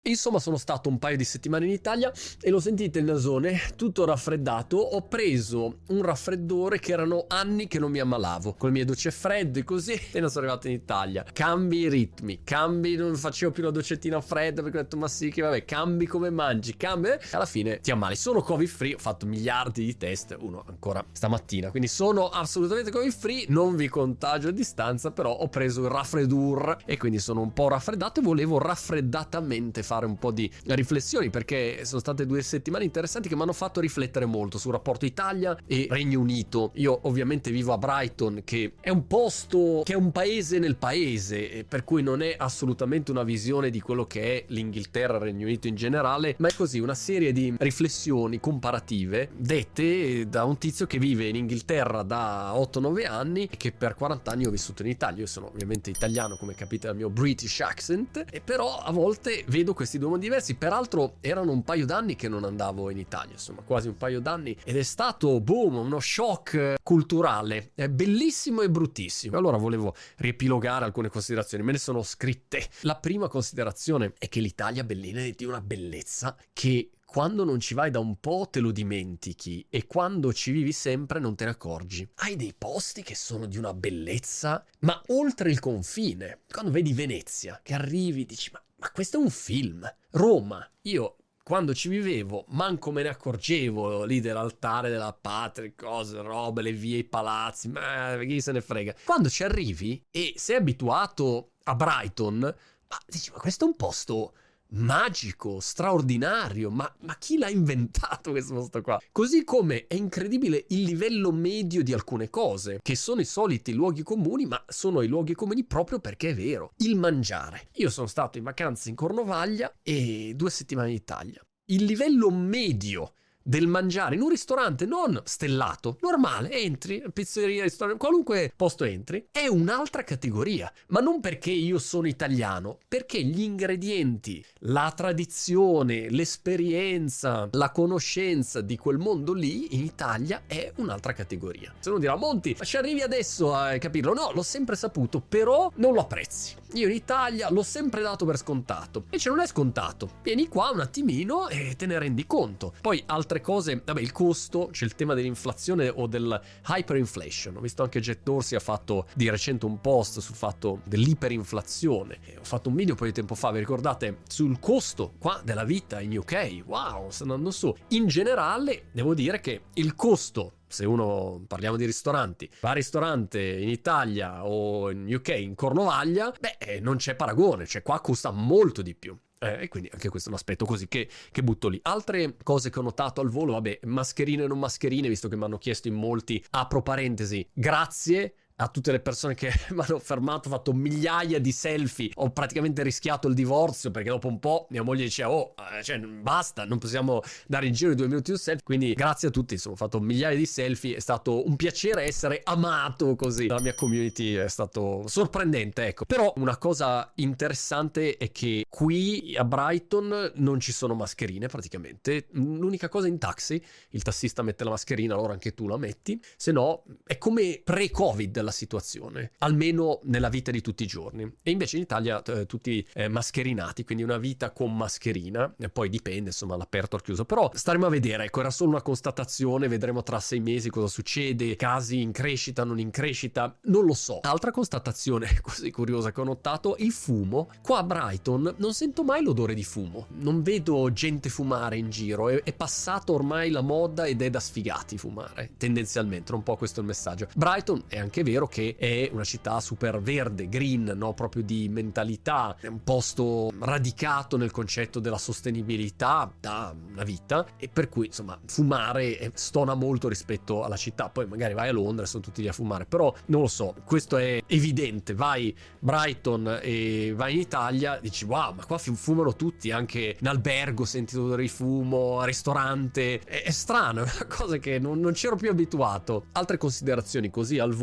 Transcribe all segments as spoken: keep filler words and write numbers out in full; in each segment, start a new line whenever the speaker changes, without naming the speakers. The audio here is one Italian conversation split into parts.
Insomma, sono stato un paio di settimane in Italia e lo sentite il nasone, tutto raffreddato. Ho preso un raffreddore che erano anni che non mi ammalavo, con le mie docce fredde così, e non sono arrivato in Italia. Cambi i ritmi, cambi, non facevo più la doccettina fredda perché ho detto ma sì che vabbè, cambi come mangi, cambi, alla fine ti ammali. Sono covid free, ho fatto miliardi di test, uno ancora stamattina, quindi sono assolutamente covid free, non vi contagio a distanza, però ho preso il raffredur e quindi sono un po' raffreddato e volevo raffreddatamente fare un po' di riflessioni, perché sono state due settimane interessanti che mi hanno fatto riflettere molto sul rapporto Italia e Regno Unito. Io ovviamente vivo a Brighton, che è un posto, che è un paese nel paese, per cui non è assolutamente una visione di quello che è l'Inghilterra, il Regno Unito in generale, ma è così una serie di riflessioni comparative dette da un tizio che vive in Inghilterra da otto nove anni e che per quaranta anni ho vissuto in Italia. Io sono ovviamente italiano, come capite dal mio British accent, e però a volte vedo questi due mondi diversi. Peraltro erano un paio d'anni che non andavo in Italia, insomma quasi un paio d'anni, ed è stato boom, uno shock culturale, è bellissimo e bruttissimo. Allora volevo riepilogare alcune considerazioni, me ne sono scritte. La prima considerazione è che l'Italia bellina è di una bellezza che quando non ci vai da un po' te lo dimentichi, e quando ci vivi sempre non te ne accorgi. Hai dei posti che sono di una bellezza, ma oltre il confine. Quando vedi Venezia, che arrivi, dici ma, ma questo è un film. Roma, io quando ci vivevo manco me ne accorgevo lì dell'altare della patria, cose, robe, le vie, i palazzi, ma chi se ne frega. Quando ci arrivi e sei abituato a Brighton, ma dici ma questo è un posto magico, straordinario, ma, ma chi l'ha inventato questo posto qua? Così come è incredibile il livello medio di alcune cose, che sono i soliti luoghi comuni, ma sono i luoghi comuni proprio perché è vero. Il mangiare. Io sono stato in vacanza in Cornovaglia e due settimane in Italia. Il livello medio del mangiare in un ristorante non stellato, normale, entri, pizzeria, ristorante, qualunque posto entri, è un'altra categoria. Ma non perché io sono italiano, perché gli ingredienti, la tradizione, l'esperienza, la conoscenza di quel mondo lì in Italia è un'altra categoria. Se uno dirà Monti, ma ci arrivi adesso a capirlo? No, l'ho sempre saputo, però non lo apprezzi. Io in Italia l'ho sempre dato per scontato, invece non è scontato. Vieni qua un attimino e te ne rendi conto. Poi altre cose, vabbè, il costo, c'è il tema dell'inflazione o del hyperinflation. Ho visto anche Jack Dorsey ha fatto di recente un post sul fatto dell'iperinflazione. E ho fatto un video un po' di tempo fa, vi ricordate, sul costo qua della vita in U K. Wow, sta andando su. In generale, devo dire che il costo, se uno, parliamo di ristoranti, va al ristorante in Italia o in U K, in Cornovaglia, beh, non c'è paragone, cioè qua costa molto di più. Eh, e quindi anche questo è un aspetto così che, che butto lì. Altre cose che ho notato al volo, vabbè, mascherine e non mascherine, visto che mi hanno chiesto in molti, apro parentesi, grazie a tutte le persone che mi hanno fermato, ho fatto migliaia di selfie, ho praticamente rischiato il divorzio perché dopo un po' mia moglie diceva oh, cioè basta, non possiamo dare in giro i due minuti di un selfie, quindi grazie a tutti, insomma ho fatto migliaia di selfie, è stato un piacere essere amato così dalla mia community, è stato sorprendente, ecco. Però una cosa interessante è che qui a Brighton non ci sono mascherine praticamente, l'unica cosa in taxi, il tassista mette la mascherina, allora anche tu la metti, se no è come pre-Covid la situazione, almeno nella vita di tutti i giorni. E invece in Italia eh, tutti eh, mascherinati, quindi una vita con mascherina, e poi dipende insomma all'aperto o al chiuso, però staremo a vedere, ecco, era solo una constatazione, vedremo tra sei mesi cosa succede, casi in crescita, non in crescita, non lo so. Altra constatazione così curiosa che ho notato, il fumo. Qua a Brighton non sento mai l'odore di fumo, non vedo gente fumare in giro, è, è passato ormai la moda ed è da sfigati fumare, tendenzialmente, un po' questo è il messaggio. Brighton è anche vero che è una città super verde, green, no? Proprio di mentalità, è un posto radicato nel concetto della sostenibilità da una vita, e per cui insomma fumare stona molto rispetto alla città. Poi magari vai a Londra e sono tutti lì a fumare, però non lo so, questo è evidente. Vai Brighton e vai in Italia, dici wow, ma qua fumano tutti, anche in albergo senti odore di fumo, al ristorante, è, è strano, è una cosa che non, non c'ero più abituato. Altre considerazioni così al volo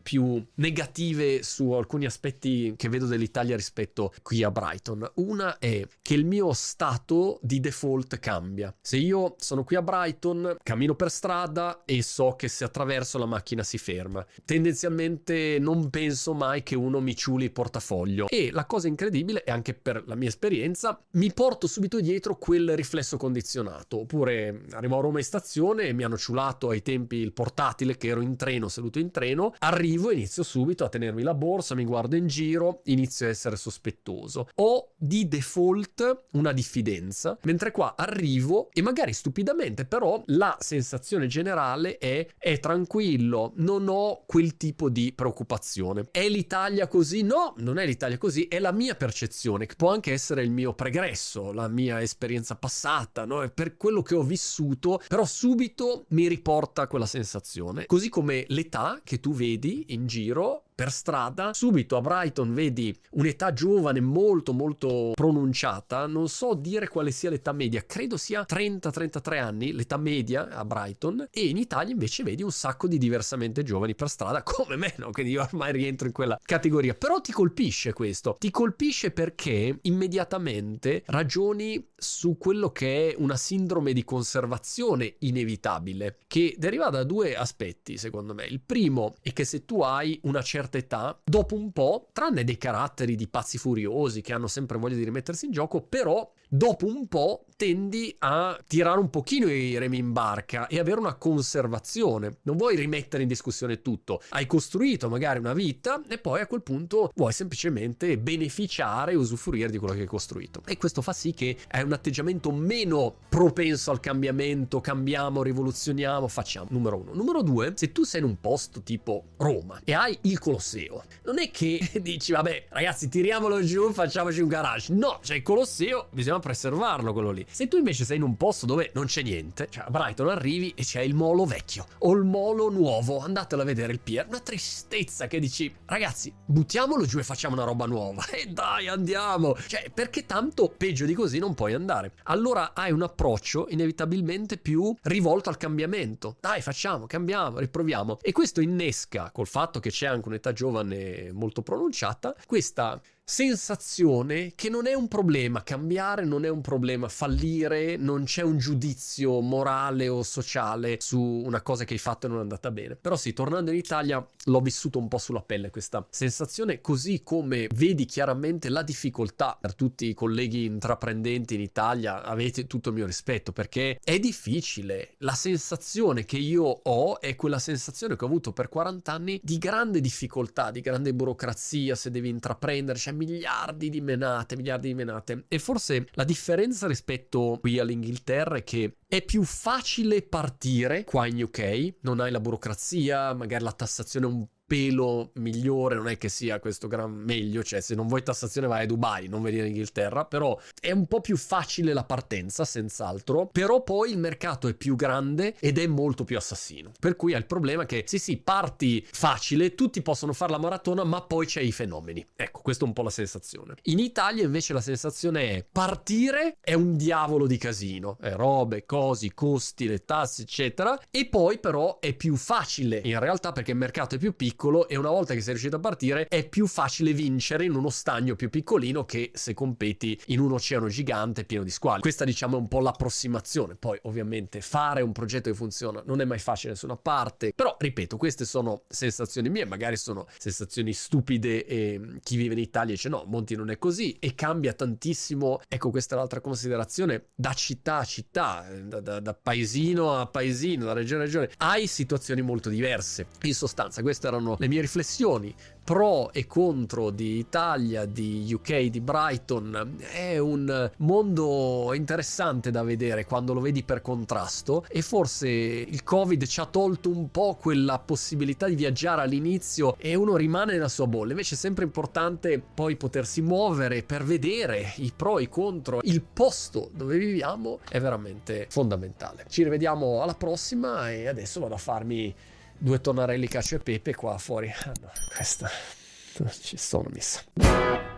più negative su alcuni aspetti che vedo dell'Italia rispetto qui a Brighton. Una è che il mio stato di default cambia. Se io sono qui a Brighton, cammino per strada e so che se attraverso la macchina si ferma. Tendenzialmente non penso mai che uno mi ciuli il portafoglio. E la cosa incredibile, e anche per la mia esperienza, mi porto subito dietro quel riflesso condizionato. Oppure arrivo a Roma in stazione e mi hanno ciulato ai tempi il portatile, che ero in treno, seduto in treno, arrivo e inizio subito a tenermi la borsa, mi guardo in giro, inizio a essere sospettoso. Ho di default una diffidenza, mentre qua arrivo e magari stupidamente, però la sensazione generale è è tranquillo, non ho quel tipo di preoccupazione. È l'Italia così? No, non è l'Italia così, è la mia percezione, che può anche essere il mio pregresso, la mia esperienza passata, no? È per quello che ho vissuto, però subito mi riporta quella sensazione. Così come l'età che tu vedi in giro per strada, subito a Brighton vedi un'età giovane molto molto pronunciata. Non so dire quale sia l'età media, credo sia trenta trentatré anni l'età media a Brighton, e in Italia invece vedi un sacco di diversamente giovani per strada come me, no? Quindi io ormai rientro in quella categoria. Però ti colpisce questo, ti colpisce perché immediatamente ragioni su quello che è una sindrome di conservazione inevitabile, che deriva da due aspetti secondo me. Il primo è che se tu hai una certa età, dopo un po', tranne dei caratteri di pazzi furiosi che hanno sempre voglia di rimettersi in gioco, però dopo un po' tendi a tirare un pochino i remi in barca e avere una conservazione. Non vuoi rimettere in discussione tutto. Hai costruito magari una vita e poi a quel punto vuoi semplicemente beneficiare e usufruire di quello che hai costruito. E questo fa sì che hai un atteggiamento meno propenso al cambiamento, cambiamo, rivoluzioniamo, facciamo. Numero uno. Numero due, se tu sei in un posto tipo Roma e hai il Colosseo, non è che dici vabbè ragazzi tiriamolo giù, facciamoci un garage. No, c'è il Colosseo, bisogna preservarlo quello lì. Se tu invece sei in un posto dove non c'è niente, cioè a Brighton arrivi e c'è il molo vecchio o il molo nuovo, andatelo a vedere il pier, una tristezza che dici ragazzi buttiamolo giù e facciamo una roba nuova e dai andiamo, cioè perché tanto peggio di così non puoi andare. Allora hai un approccio inevitabilmente più rivolto al cambiamento, dai facciamo, cambiamo, riproviamo, e questo innesca, col fatto che c'è anche un'età giovane molto pronunciata, questa sensazione che non è un problema cambiare, non è un problema fallire, non c'è un giudizio morale o sociale su una cosa che hai fatto e non è andata bene. Però sì, tornando in Italia l'ho vissuto un po' sulla pelle questa sensazione, così come vedi chiaramente la difficoltà. Per tutti i colleghi intraprendenti in Italia avete tutto il mio rispetto, perché è difficile. La sensazione che io ho è quella sensazione che ho avuto per quaranta anni di grande difficoltà, di grande burocrazia se devi intraprendere, c'è miliardi di menate, miliardi di menate. E forse la differenza rispetto qui all'Inghilterra è che è più facile partire qua in U K, non hai la burocrazia, magari la tassazione è un pelo migliore, non è che sia questo gran meglio, cioè se non vuoi tassazione vai a Dubai, non venire in Inghilterra, però è un po' più facile la partenza senz'altro, però poi il mercato è più grande ed è molto più assassino, per cui hai il problema che sì sì parti facile, tutti possono fare la maratona, ma poi c'è i fenomeni. Ecco, questa è un po' la sensazione. In Italia invece la sensazione è partire è un diavolo di casino, eh, robe, cosi, costi, le tasse eccetera, e poi però è più facile in realtà perché il mercato è più piccolo, e una volta che sei riuscito a partire è più facile vincere in uno stagno più piccolino che se competi in un oceano gigante pieno di squali. Questa diciamo è un po' l'approssimazione. Poi ovviamente fare un progetto che funziona non è mai facile da nessuna parte, però ripeto, queste sono sensazioni mie, magari sono sensazioni stupide e chi vive in Italia dice no, Monti non è così, e cambia tantissimo. Ecco, questa è l'altra considerazione, da città a città, da, da, da paesino a paesino, da regione a regione hai situazioni molto diverse. In sostanza queste erano le mie riflessioni pro e contro di Italia, di U K, di Brighton. È un mondo interessante da vedere quando lo vedi per contrasto, e forse il Covid ci ha tolto un po' quella possibilità di viaggiare all'inizio e uno rimane nella sua bolla. Invece è sempre importante poi potersi muovere per vedere i pro e i contro. Il posto dove viviamo è veramente fondamentale. Ci rivediamo alla prossima e adesso vado a farmi due tonnarelli cacio e pepe qua fuori. Ah no, questa non ci sono, mi sa.